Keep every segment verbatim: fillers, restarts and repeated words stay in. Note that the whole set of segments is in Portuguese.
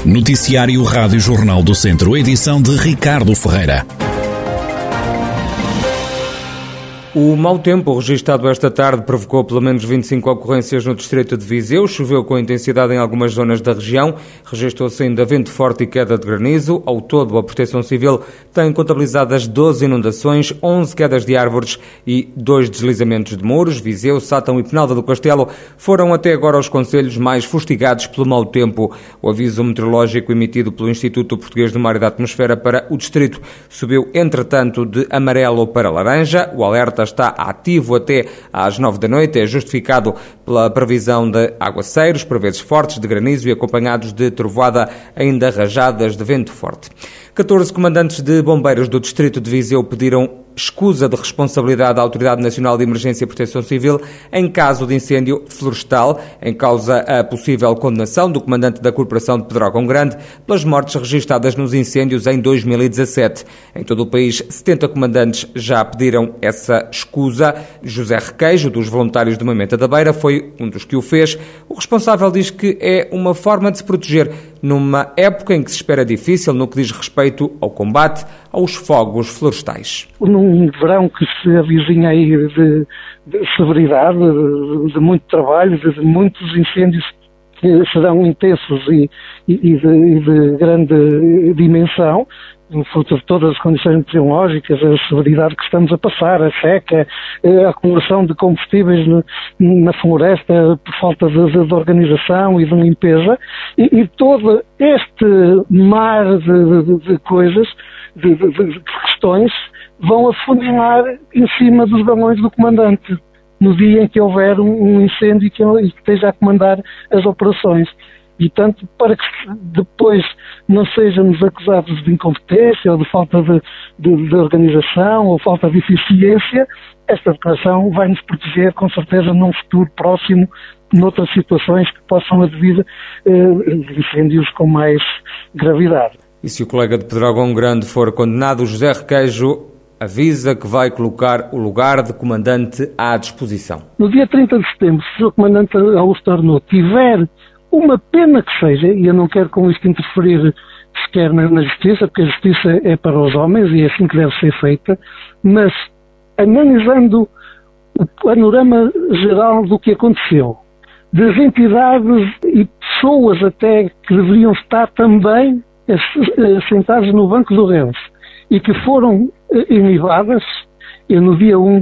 Noticiário Rádio Jornal do Centro, edição de Ricardo Ferreira. O mau tempo registado esta tarde provocou pelo menos vinte e cinco ocorrências no distrito de Viseu. Choveu com intensidade em algumas zonas da região. Registrou-se ainda vento forte e queda de granizo. Ao todo, a Proteção Civil tem contabilizadas doze inundações, onze quedas de árvores e dois deslizamentos de muros. Viseu, Sátão e Penalva do Castelo foram até agora os concelhos mais fustigados pelo mau tempo. O aviso meteorológico emitido pelo Instituto Português do Mar e da Atmosfera para o distrito subiu, entretanto, de amarelo para laranja. O alerta está ativo até às nove da noite. É justificado pela previsão de aguaceiros, por vezes fortes, de granizo e acompanhados de trovoada, ainda rajadas de vento forte. catorze comandantes de bombeiros do distrito de Viseu pediram escusa de responsabilidade à Autoridade Nacional de Emergência e Proteção Civil em caso de incêndio florestal, em causa a possível condenação do comandante da Corporação de Pedrógão Grande pelas mortes registadas nos incêndios em dois mil e dezassete. Em todo o país, setenta comandantes já pediram essa escusa. José Requeijo, dos Voluntários de Moimenta da Beira, foi um dos que o fez. O responsável diz que é uma forma de se proteger numa época em que se espera difícil no que diz respeito ao combate aos fogos florestais. Num verão que se avizinha aí de, de severidade, de, de muito trabalho, de, de muitos incêndios que serão intensos e, e, e, de, e de grande dimensão, fruto de todas as condições meteorológicas, a severidade que estamos a passar, a seca, a acumulação de combustíveis no, na floresta por falta de, de, de organização e de limpeza, e, e todo este mar de, de, de coisas, de, de, de questões, vão afunilar em cima dos balões do comandante, no dia em que houver um, um incêndio e que ele esteja a comandar as operações. E tanto para que depois não sejamos acusados de incompetência ou de falta de, de, de organização ou falta de eficiência, esta declaração vai nos proteger com certeza num futuro próximo, noutras situações que possam advir eh, incêndios com mais gravidade. E se o colega de Pedrógão Grande for condenado, José Requeijo avisa que vai colocar o lugar de comandante à disposição. No dia trinta de setembro, se o comandante Augusto Arnaud tiver uma pena que seja, e eu não quero com isto interferir sequer na, na justiça, porque a justiça é para os homens e é assim que deve ser feita, mas analisando o panorama geral do que aconteceu, das entidades e pessoas até que deveriam estar também assentadas no banco do réus e que foram inibadas, eu no dia um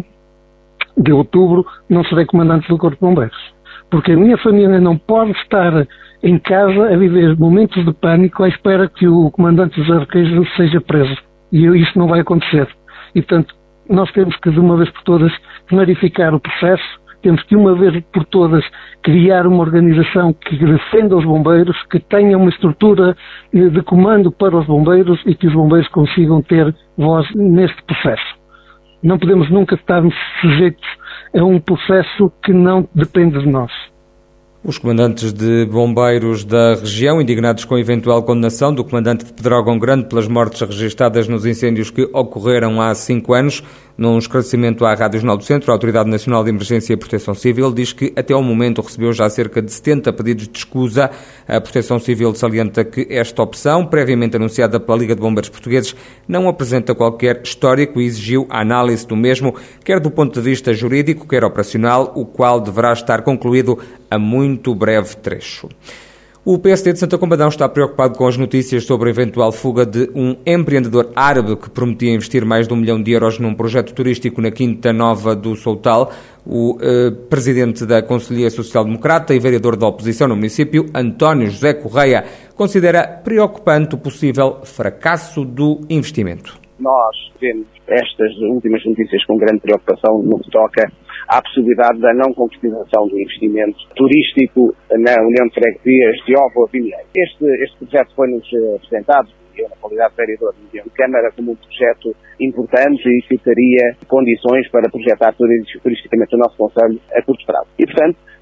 de outubro não serei comandante do Corpo de Bombeiros. Porque a minha família não pode estar em casa a viver momentos de pânico à espera que o comandante José Requeijo seja preso. E isso não vai acontecer. E, portanto, nós temos que, de uma vez por todas, clarificar o processo, temos que, uma vez por todas, criar uma organização que defenda os bombeiros, que tenha uma estrutura de comando para os bombeiros e que os bombeiros consigam ter voz neste processo. Não podemos nunca estar sujeitos a um processo que não depende de nós. Os comandantes de bombeiros da região, indignados com a eventual condenação do comandante de Pedrógão Grande pelas mortes registadas nos incêndios que ocorreram há cinco anos, num esclarecimento à Rádio Jornal do Centro, a Autoridade Nacional de Emergência e Proteção Civil diz que até ao momento recebeu já cerca de setenta pedidos de escusa. A Proteção Civil salienta que esta opção, previamente anunciada pela Liga de Bombeiros Portugueses, não apresenta qualquer histórico e exigiu a análise do mesmo, quer do ponto de vista jurídico, quer operacional, o qual deverá estar concluído a muito breve trecho. O P S D de Santa Combadão está preocupado com as notícias sobre a eventual fuga de um empreendedor árabe que prometia investir mais de um milhão de euros num projeto turístico na Quinta Nova do Soutal. O eh, presidente da Conselhia Social Democrata e vereador da oposição no município, António José Correia, considera preocupante o possível fracasso do investimento. Nós vemos estas últimas notícias com grande preocupação no que toca à possibilidade da não concretização do investimento turístico na União de Freguesias de Óvoa Vinheiro. Este, este projeto foi-nos apresentado, eu na qualidade de vereador de Câmara, como um projeto importante e que teria condições para projetar turisticamente o nosso concelho a curto prazo. E, portanto,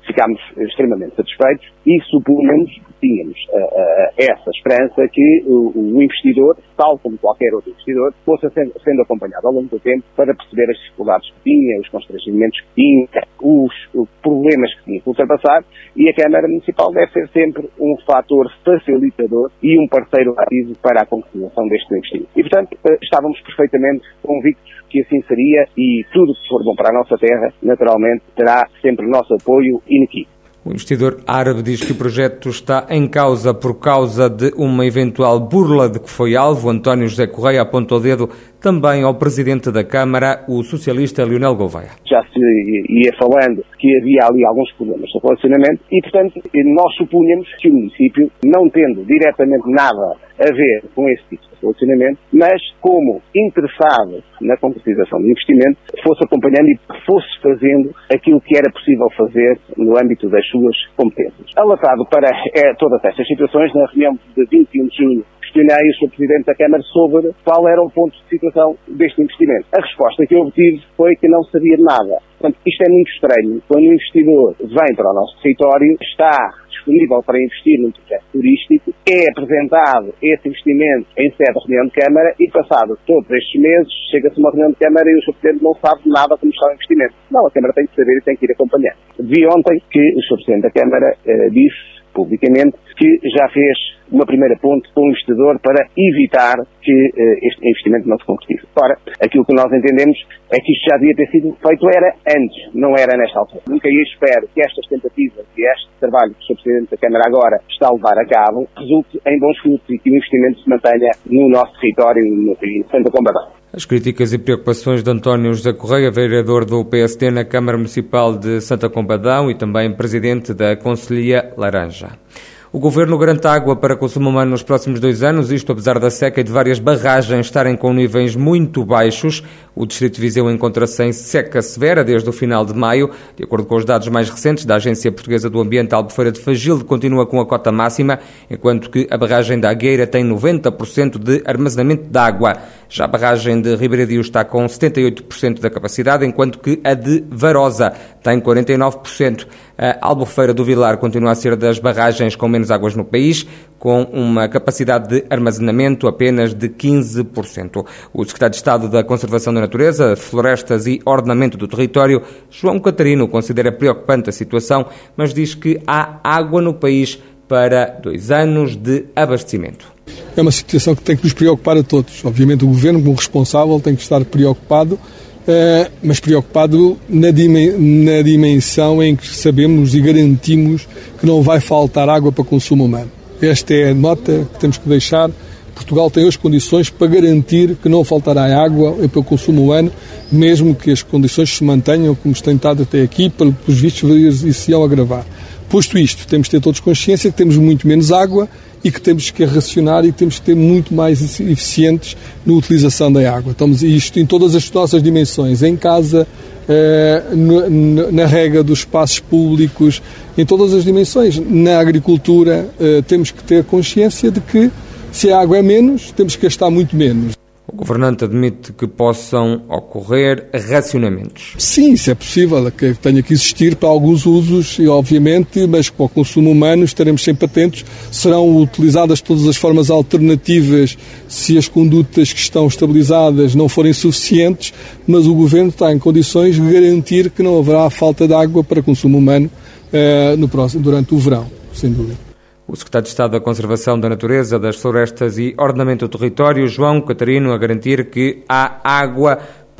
ficámos extremamente satisfeitos e supunhamos, tínhamos uh, uh, essa esperança que o, o investidor, tal como qualquer outro investidor, fosse sendo, sendo acompanhado ao longo do tempo para perceber as dificuldades que tinha, os constrangimentos que tinha, os, os problemas que tinha que ultrapassar, e a Câmara Municipal deve ser sempre um fator facilitador e um parceiro ativo para a concretização deste investimento. E, portanto, uh, estávamos perfeitamente convictos que assim seria, e tudo que for bom para a nossa terra, naturalmente, terá sempre o nosso apoio inequívoco. O investidor árabe diz que o projeto está em causa por causa de uma eventual burla de que foi alvo. António José Correia apontou o dedo também ao presidente da Câmara, o socialista Leonel Gouveia. Já se ia falando que havia ali alguns problemas de relacionamento e, portanto, nós supunhamos que o município, não tendo diretamente nada a ver com esse tipo de relacionamento, mas como interessado na concretização do investimento, fosse acompanhando e fosse fazendo aquilo que era possível fazer no âmbito das suas competências. Alertado para é, todas estas situações, na reunião de vinte e um de junho, questionei o senhor Presidente da Câmara sobre qual era o ponto de situação deste investimento. A resposta que eu obtive foi que não sabia nada. Portanto, isto é muito estranho. Quando o investidor vem para o nosso território, está disponível para investir num projeto turístico, é apresentado esse investimento em sede de reunião de Câmara e, passado todos estes meses, chega-se a uma reunião de Câmara e o senhor Presidente não sabe nada como está o investimento. Não, a Câmara tem que saber e tem que ir acompanhando. Vi ontem que o senhor Presidente da Câmara eh, disse publicamente que já fez uma primeira ponte com o investidor para evitar que uh, este investimento não se concretize. Ora, aquilo que nós entendemos é que isto já devia ter sido feito era antes, não era nesta altura. Nunca eu espero que estas tentativas e este trabalho que o senhor Presidente da Câmara agora está a levar a cabo resulte em bons frutos e que o investimento se mantenha no nosso território e no Santa Combadão. As críticas e preocupações de António José Correia, vereador do P S D na Câmara Municipal de Santa Combadão e também presidente da Conselhia Laranja. O Governo garante água para consumo humano nos próximos dois anos, isto apesar da seca e de várias barragens estarem com níveis muito baixos. O Distrito de Viseu encontra-se em seca severa desde o final de maio. De acordo com os dados mais recentes da Agência Portuguesa do Ambiente, a Albufeira de Fagilde continua com a cota máxima, enquanto que a barragem da Agueira tem noventa por cento de armazenamento de água. Já a barragem de Ribeiradio está com setenta e oito por cento da capacidade, enquanto que a de Varosa tem quarenta e nove por cento. A Albufeira do Vilar continua a ser das barragens com menos águas no país, com uma capacidade de armazenamento apenas de quinze por cento. O secretário de Estado da Conservação da Natureza, Florestas e Ordenamento do Território, João Catarino, considera preocupante a situação, mas diz que há água no país para dois anos de abastecimento. É uma situação que tem que nos preocupar a todos. Obviamente o Governo, como responsável, tem que estar preocupado, Uh, mas preocupado na, dimen- na dimensão em que sabemos e garantimos que não vai faltar água para consumo humano. Esta é a nota que temos que deixar. Portugal tem as condições para garantir que não faltará água para o consumo humano, mesmo que as condições se mantenham como se tem estado até aqui, pelos vistos isso se iam agravar. Posto isto, temos que ter todos consciência que temos muito menos água e que temos que racionar e que temos que ter muito mais eficientes na utilização da água. Estamos isto em todas as nossas dimensões, em casa, eh, no, na rega dos espaços públicos, em todas as dimensões. Na agricultura, eh, temos que ter consciência de que se a água é menos, temos que gastar muito menos. O governante admite que possam ocorrer racionamentos. Sim, isso é possível, que tenha que existir para alguns usos, e obviamente, mas para o consumo humano estaremos sempre atentos. Serão utilizadas todas as formas alternativas se as condutas que estão estabilizadas não forem suficientes, mas o Governo está em condições de garantir que não haverá falta de água para consumo humano uh, no próximo, durante o verão, sem dúvida. O secretário de Estado da Conservação da Natureza, das Florestas e Ordenamento do Território, João Catarino, a garantir que há água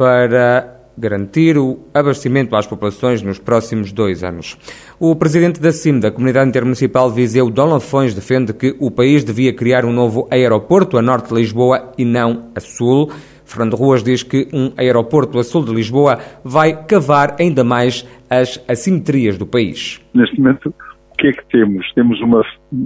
para garantir o abastecimento às populações nos próximos dois anos. O presidente da C I M, da Comunidade Intermunicipal de Viseu, Dom Lafões, defende que o país devia criar um novo aeroporto a norte de Lisboa e não a sul. Fernando Ruas diz que um aeroporto a sul de Lisboa vai cavar ainda mais as assimetrias do país. Neste momento, o que é que temos? Temos uma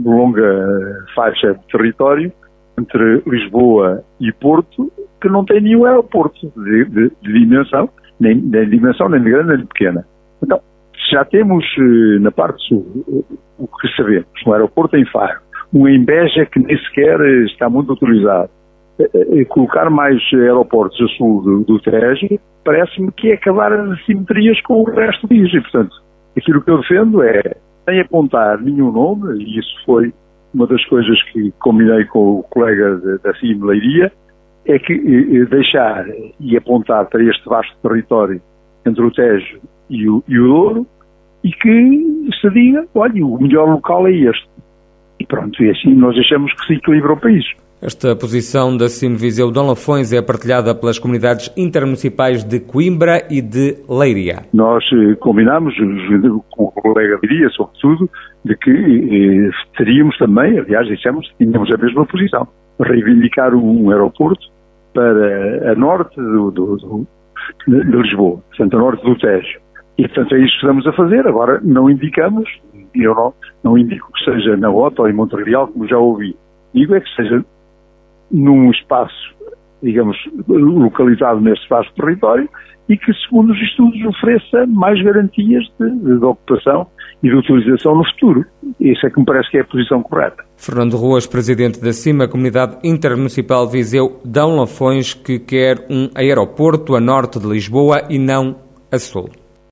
longa faixa de território entre Lisboa e Porto que não tem nenhum aeroporto de, de, de dimensão, nem de dimensão nem de grande nem de pequena. Então, já temos na parte sul o que sabemos, um aeroporto em Faro, um em Beja que nem sequer está muito utilizado. Colocar mais aeroportos a sul do, do Tejo parece-me que é acabar as assimetrias com o resto do país e, portanto, Aquilo que eu defendo é, sem apontar nenhum nome, e isso foi uma das coisas que combinei com o colega da C I M Leiria, é que eh, deixar e apontar para este vasto território entre o Tejo e o, e o Douro, e que se diga, olha, o melhor local é este. E pronto, e assim nós achamos que se equilibra o país. Esta posição da C I M Viseu Dom Lafões é partilhada pelas comunidades intermunicipais de Coimbra e de Leiria. Nós eh, combinámos com o colega Leiria, sobretudo, de que eh, teríamos também, aliás, dissemos que tínhamos a mesma posição, reivindicar um aeroporto para a norte do, do, do, de Lisboa, portanto, a norte do Tejo. E, portanto, é isso que estamos a fazer. Agora, não indicamos, e eu não, não indico que seja na Ota ou em Montreal, como já ouvi. Digo é que seja num espaço, digamos, localizado nesse vasto território e que, segundo os estudos, ofereça mais garantias de, de ocupação e de utilização no futuro. Isso é que me parece que é a posição correta. Fernando Ruas, presidente da C I M, a Comunidade Intermunicipal Viseu Dom Lafões, que quer um aeroporto a norte de Lisboa e não a sul.